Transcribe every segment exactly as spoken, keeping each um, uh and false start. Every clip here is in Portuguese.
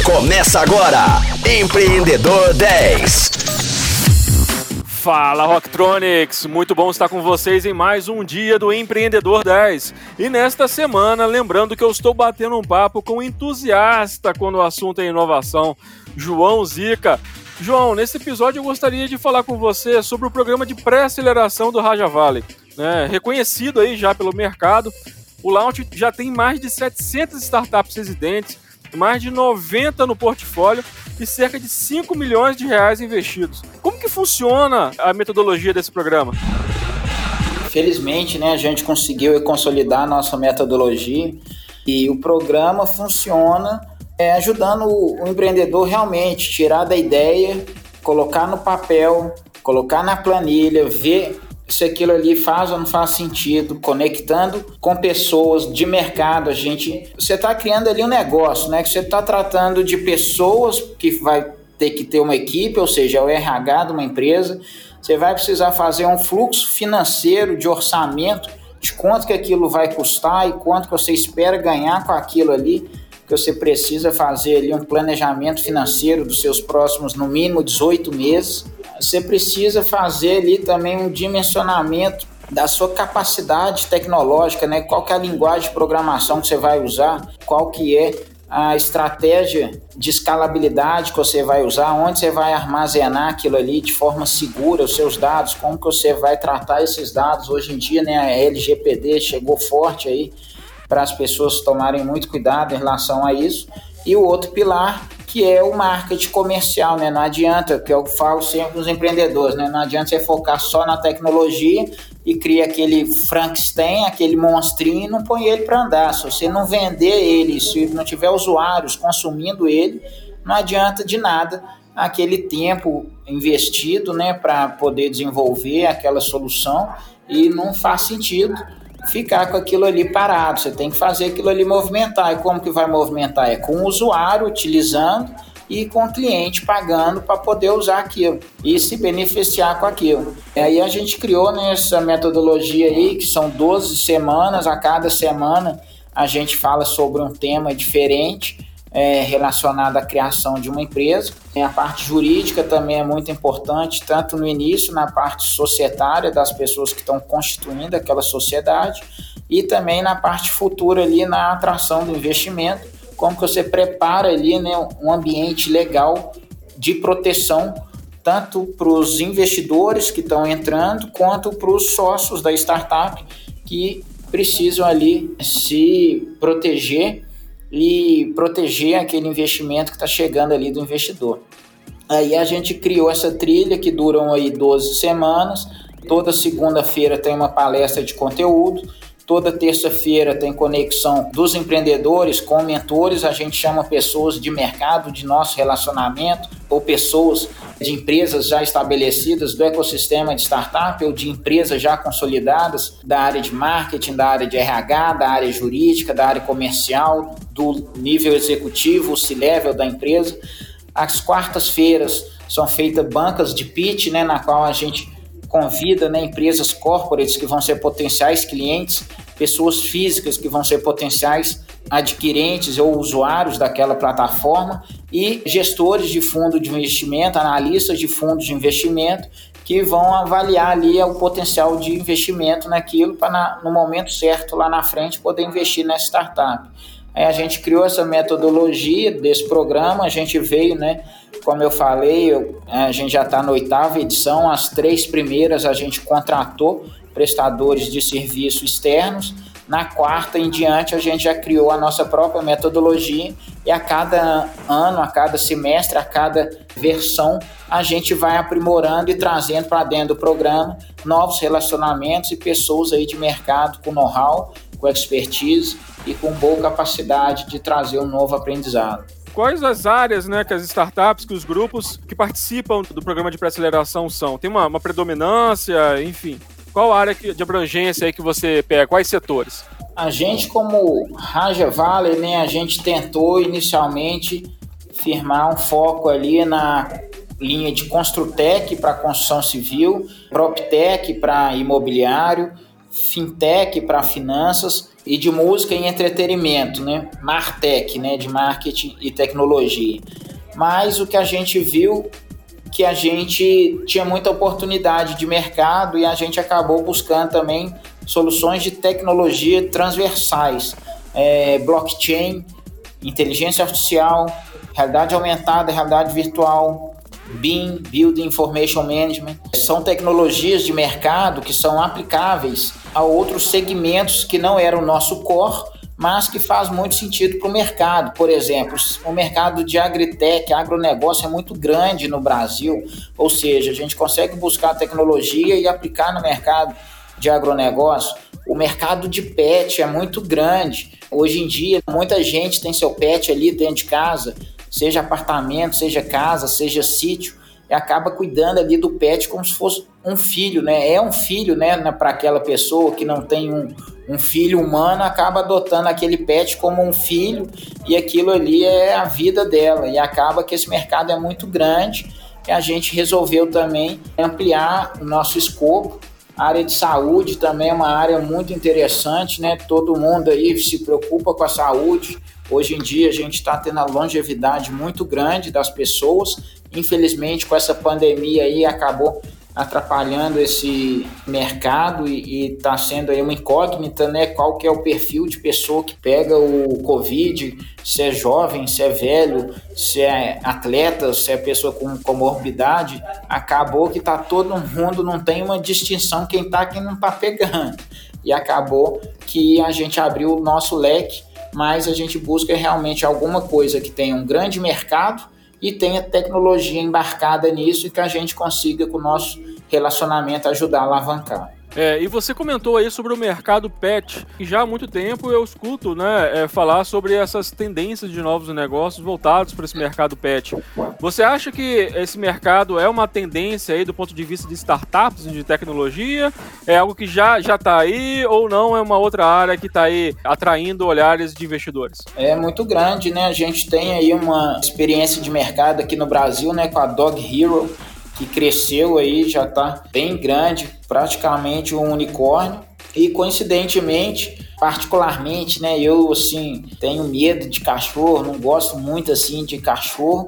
Começa agora, Empreendedor dez. Fala Rocktronics, muito bom estar com vocês em mais um dia do Empreendedor dez. E nesta semana, lembrando que eu estou batendo um papo com um entusiasta quando o assunto é inovação, João Zica. João, nesse episódio eu gostaria de falar com você sobre o programa de pré-aceleração do Raja Valley, né? Reconhecido aí já pelo mercado. O Launch já tem mais de setecentas startups residentes, mais de noventa no portfólio e cerca de cinco milhões de reais investidos. Como que funciona a metodologia desse programa? Felizmente, né, a gente conseguiu consolidar a nossa metodologia e o programa funciona é, ajudando o, o empreendedor realmente tirar da ideia, colocar no papel, colocar na planilha, ver se aquilo ali faz ou não faz sentido, conectando com pessoas de mercado. A gente, você está criando ali um negócio, né? Que você está tratando de pessoas que vai ter que ter uma equipe, ou seja, o R H de uma empresa. Você vai precisar fazer um fluxo financeiro de orçamento de quanto que aquilo vai custar e quanto que você espera ganhar com aquilo ali, que você precisa fazer ali um planejamento financeiro dos seus próximos, no mínimo, dezoito meses. Você precisa fazer ali também um dimensionamento da sua capacidade tecnológica, né? Qual que é a linguagem de programação que você vai usar, qual que é a estratégia de escalabilidade que você vai usar, onde você vai armazenar aquilo ali de forma segura, os seus dados, como que você vai tratar esses dados. Hoje em dia, né, a L G P D chegou forte aí para as pessoas tomarem muito cuidado em relação a isso. E o outro pilar, que é o marketing comercial, né? Não adianta, que eu falo sempre para os empreendedores, né? Não adianta você focar só na tecnologia e criar aquele Frankenstein, aquele monstrinho e não põe ele para andar. Se você não vender ele, se não tiver usuários consumindo ele, não adianta de nada aquele tempo investido, né, para poder desenvolver aquela solução, e não faz sentido ficar com aquilo ali parado. Você tem que fazer aquilo ali movimentar. E como que vai movimentar? É com o usuário utilizando e com o cliente pagando para poder usar aquilo e se beneficiar com aquilo. E aí a gente criou nessa metodologia aí, que são doze semanas. A cada semana a gente fala sobre um tema diferente é, relacionado à criação de uma empresa. E a parte jurídica também é muito importante, tanto no início, na parte societária das pessoas que estão constituindo aquela sociedade, e também na parte futura ali, na atração do investimento, como que você prepara ali, né, um ambiente legal de proteção, tanto para os investidores que estão entrando, quanto para os sócios da startup que precisam ali se proteger e proteger aquele investimento que está chegando ali do investidor. Aí a gente criou essa trilha que duram aí doze semanas. Toda segunda-feira tem uma palestra de conteúdo, toda terça-feira tem conexão dos empreendedores com mentores. A gente chama pessoas de mercado, de nosso relacionamento, ou pessoas de empresas já estabelecidas do ecossistema de startup, ou de empresas já consolidadas da área de marketing, da área de R H, da área jurídica, da área comercial, do nível executivo, o C-level da empresa. Às quartas-feiras são feitas bancas de pitch, né, na qual a gente convida, né, empresas corporates que vão ser potenciais clientes, pessoas físicas que vão ser potenciais adquirentes ou usuários daquela plataforma, e gestores de fundo de investimento, analistas de fundos de investimento, que vão avaliar ali o potencial de investimento naquilo para, no momento certo, lá na frente, poder investir nessa startup. Aí a gente criou essa metodologia desse programa. A gente veio, né, como eu falei, eu, a gente já está na oitava edição. As três primeiras a gente contratou prestadores de serviço externos. Na quarta em diante a gente já criou a nossa própria metodologia, e a cada ano, a cada semestre, a cada versão, a gente vai aprimorando e trazendo para dentro do programa novos relacionamentos e pessoas aí de mercado com know-how, com expertise e com boa capacidade de trazer um novo aprendizado. Quais as áreas, né, que as startups, que os grupos que participam do programa de pré-aceleração são? Tem uma, uma predominância, enfim? Qual a área de abrangência aí que você pega? Quais setores? A gente, como Raja Valley, né, a gente tentou inicialmente firmar um foco ali na linha de Construtec para construção civil, PropTech para imobiliário, Fintech para finanças e de música e entretenimento, né? Martech, né? De marketing e tecnologia. Mas o que a gente viu que a gente tinha muita oportunidade de mercado e a gente acabou buscando também soluções de tecnologia transversais, é, blockchain, inteligência artificial, realidade aumentada, realidade virtual, B I M, Building Information Management. São tecnologias de mercado que são aplicáveis a outros segmentos que não eram o nosso core, mas que faz muito sentido para o mercado. Por exemplo, o mercado de agritech, agronegócio é muito grande no Brasil, ou seja, a gente consegue buscar tecnologia e aplicar no mercado de agronegócio. O mercado de pet é muito grande. Hoje em dia, muita gente tem seu pet ali dentro de casa, seja apartamento, seja casa, seja sítio, e acaba cuidando ali do pet como se fosse um filho, né? É um filho, né, para aquela pessoa que não tem um, um filho humano, acaba adotando aquele pet como um filho e aquilo ali é a vida dela. E acaba que esse mercado é muito grande e a gente resolveu também ampliar o nosso escopo. A área de saúde também é uma área muito interessante, né? Todo mundo aí se preocupa com a saúde. Hoje em dia a gente está tendo a longevidade muito grande das pessoas. Infelizmente, com essa pandemia aí, acabou atrapalhando esse mercado e está sendo aí uma incógnita, né? Qual que é o perfil de pessoa que pega o Covid, se é jovem, se é velho, se é atleta, se é pessoa com comorbidade. Acabou que tá todo mundo, não tem uma distinção quem tá, quem não tá pegando. E acabou que a gente abriu o nosso leque, mas a gente busca realmente alguma coisa que tenha um grande mercado e tenha tecnologia embarcada nisso e que a gente consiga, com o nosso relacionamento, ajudar a alavancar. É, e você comentou aí sobre o mercado pet, e já há muito tempo eu escuto, né, é, falar sobre essas tendências de novos negócios voltados para esse mercado pet. Você acha que esse mercado é uma tendência aí do ponto de vista de startups, de tecnologia? É algo que já já está aí ou não é uma outra área que está aí atraindo olhares de investidores? É muito grande, né? A gente tem aí uma experiência de mercado aqui no Brasil, né, com a Dog Hero, que cresceu aí, já está bem grande, praticamente um unicórnio. E coincidentemente, particularmente, né, eu assim tenho medo de cachorro, não gosto muito assim de cachorro,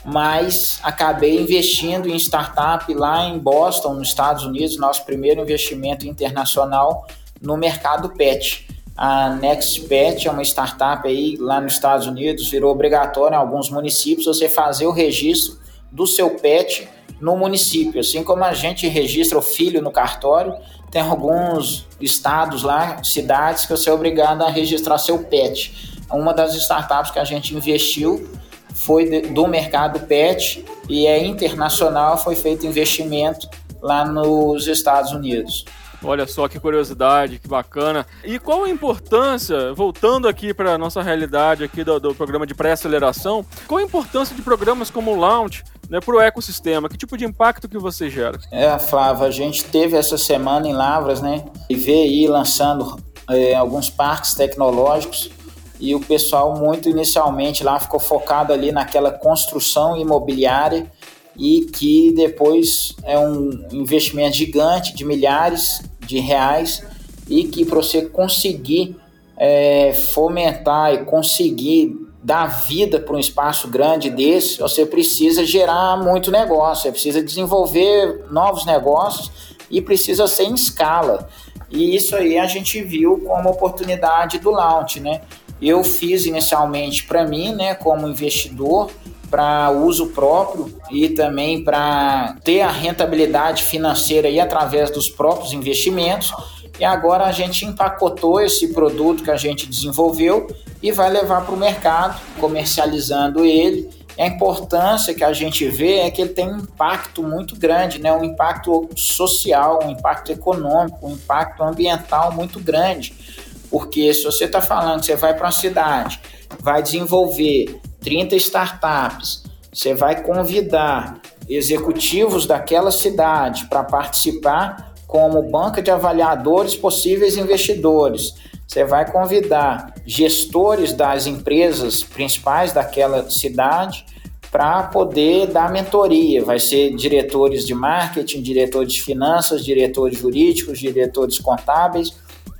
mas acabei investindo em startup lá em Boston, nos Estados Unidos, nosso primeiro investimento internacional no mercado pet. A NextPet é uma startup aí lá nos Estados Unidos, virou obrigatório em alguns municípios você fazer o registro do seu pet no município, assim como a gente registra o filho no cartório, tem alguns estados lá, cidades que você é obrigado a registrar seu pet. Uma das startups que a gente investiu foi de, do mercado pet e é internacional, foi feito investimento lá nos Estados Unidos. Olha só que curiosidade, que bacana. E qual a importância, voltando aqui para a nossa realidade aqui do, do programa de pré-aceleração, qual a importância de programas como o Launch, né, para o ecossistema? Que tipo de impacto que você gera? É, Flávio, a gente teve essa semana em Lavras, né, e veio aí lançando é, alguns parques tecnológicos e o pessoal muito inicialmente lá ficou focado ali naquela construção imobiliária e que depois é um investimento gigante de milhares de reais e que para você conseguir é, fomentar e conseguir dar vida para um espaço grande desse, você precisa gerar muito negócio, você precisa desenvolver novos negócios e precisa ser em escala. E isso aí a gente viu como oportunidade do Launch, né? Eu fiz inicialmente para mim, né, como investidor, para uso próprio e também para ter a rentabilidade financeira aí através dos próprios investimentos. E agora a gente empacotou esse produto que a gente desenvolveu e vai levar para o mercado, comercializando ele. E a importância que a gente vê é que ele tem um impacto muito grande, né? Um impacto social, um impacto econômico, um impacto ambiental muito grande. Porque se você está falando que você vai para uma cidade, vai desenvolver trinta startups, você vai convidar executivos daquela cidade para participar como banca de avaliadores, possíveis investidores. Você vai convidar gestores das empresas principais daquela cidade para poder dar mentoria. Vai ser diretores de marketing, diretores de finanças, diretores jurídicos, diretores contábeis.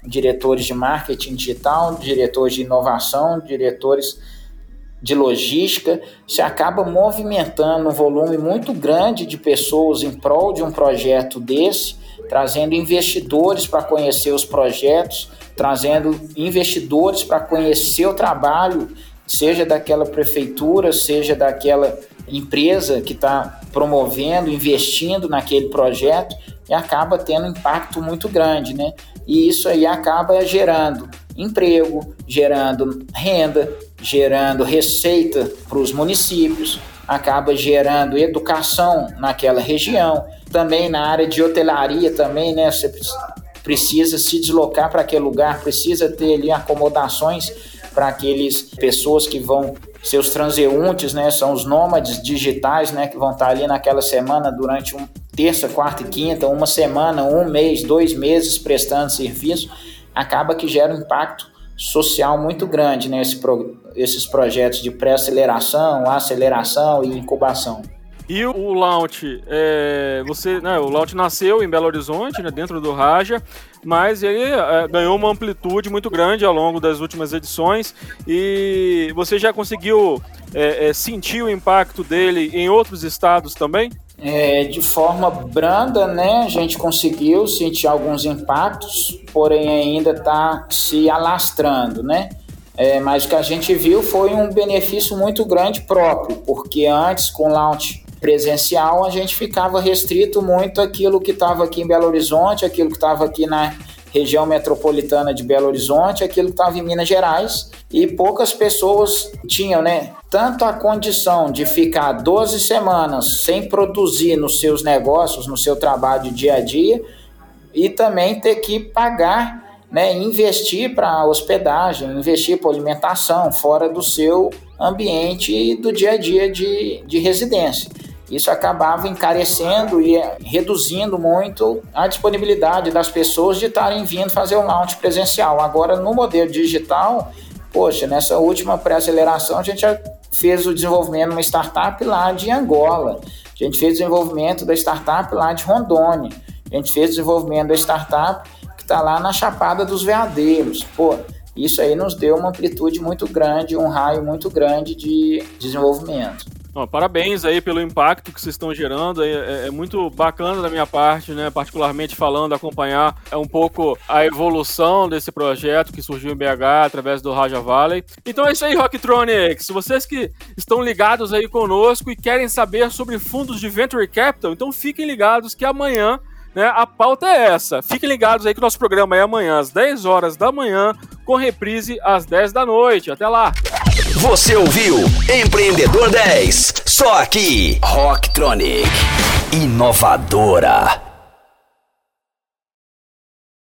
diretores de marketing digital, diretores de inovação, diretores de logística. Você acaba movimentando um volume muito grande de pessoas em prol de um projeto desse, trazendo investidores para conhecer os projetos, trazendo investidores para conhecer o trabalho, seja daquela prefeitura, seja daquela empresa que está promovendo, investindo naquele projeto, e acaba tendo um impacto muito grande, né? E isso aí acaba gerando emprego, gerando renda, gerando receita para os municípios, acaba gerando educação naquela região. Também na área de hotelaria também, né? Você precisa se deslocar para aquele lugar, precisa ter ali acomodações para aqueles pessoas que vão ser os transeuntes, né? São os nômades digitais, né? Que vão estar ali naquela semana durante um, terça, quarta e quinta, uma semana, um mês, dois meses prestando serviço. Acaba que gera um impacto social muito grande, né? Esse pro, esses projetos de pré-aceleração, aceleração e incubação. E o Launch, é, você, né, o Launch nasceu em Belo Horizonte, né, dentro do Raja, mas ele é, ganhou uma amplitude muito grande ao longo das últimas edições, e você já conseguiu é, é, sentir o impacto dele em outros estados também? É, de forma branda, né, a gente conseguiu sentir alguns impactos, porém ainda está se alastrando, né? É, mas o que a gente viu foi um benefício muito grande próprio, porque antes, com o Launch presencial, a gente ficava restrito muito àquilo que estava aqui em Belo Horizonte, aquilo que estava aqui na região metropolitana de Belo Horizonte, aquilo que estava em Minas Gerais, e poucas pessoas tinham, né, tanto a condição de ficar doze semanas sem produzir nos seus negócios, no seu trabalho dia a dia, e também ter que pagar, né, investir para hospedagem, investir para alimentação, fora do seu ambiente do dia a dia de, de residência. Isso acabava encarecendo e reduzindo muito a disponibilidade das pessoas de estarem vindo fazer o launch presencial. Agora, no modelo digital, poxa, nessa última pré-aceleração, a gente já fez o desenvolvimento de uma startup lá de Angola, a gente fez o desenvolvimento da startup lá de Rondônia, a gente fez o desenvolvimento da startup que está lá na Chapada dos Veadeiros. Pô, isso aí nos deu uma amplitude muito grande, um raio muito grande de desenvolvimento. Oh, parabéns aí pelo impacto que vocês estão gerando, é, é muito bacana da minha parte, né, particularmente falando, acompanhar um pouco a evolução desse projeto que surgiu em B H através do Raja Valley. Então é isso aí, Rocktronics, vocês que estão ligados aí conosco e querem saber sobre fundos de Venture Capital, então fiquem ligados que amanhã, né, a pauta é essa. Fiquem ligados aí que o nosso programa é amanhã às dez horas da manhã, com reprise às dez da noite. Até lá! Você ouviu Empreendedor dez, só aqui, Rocktronic, inovadora.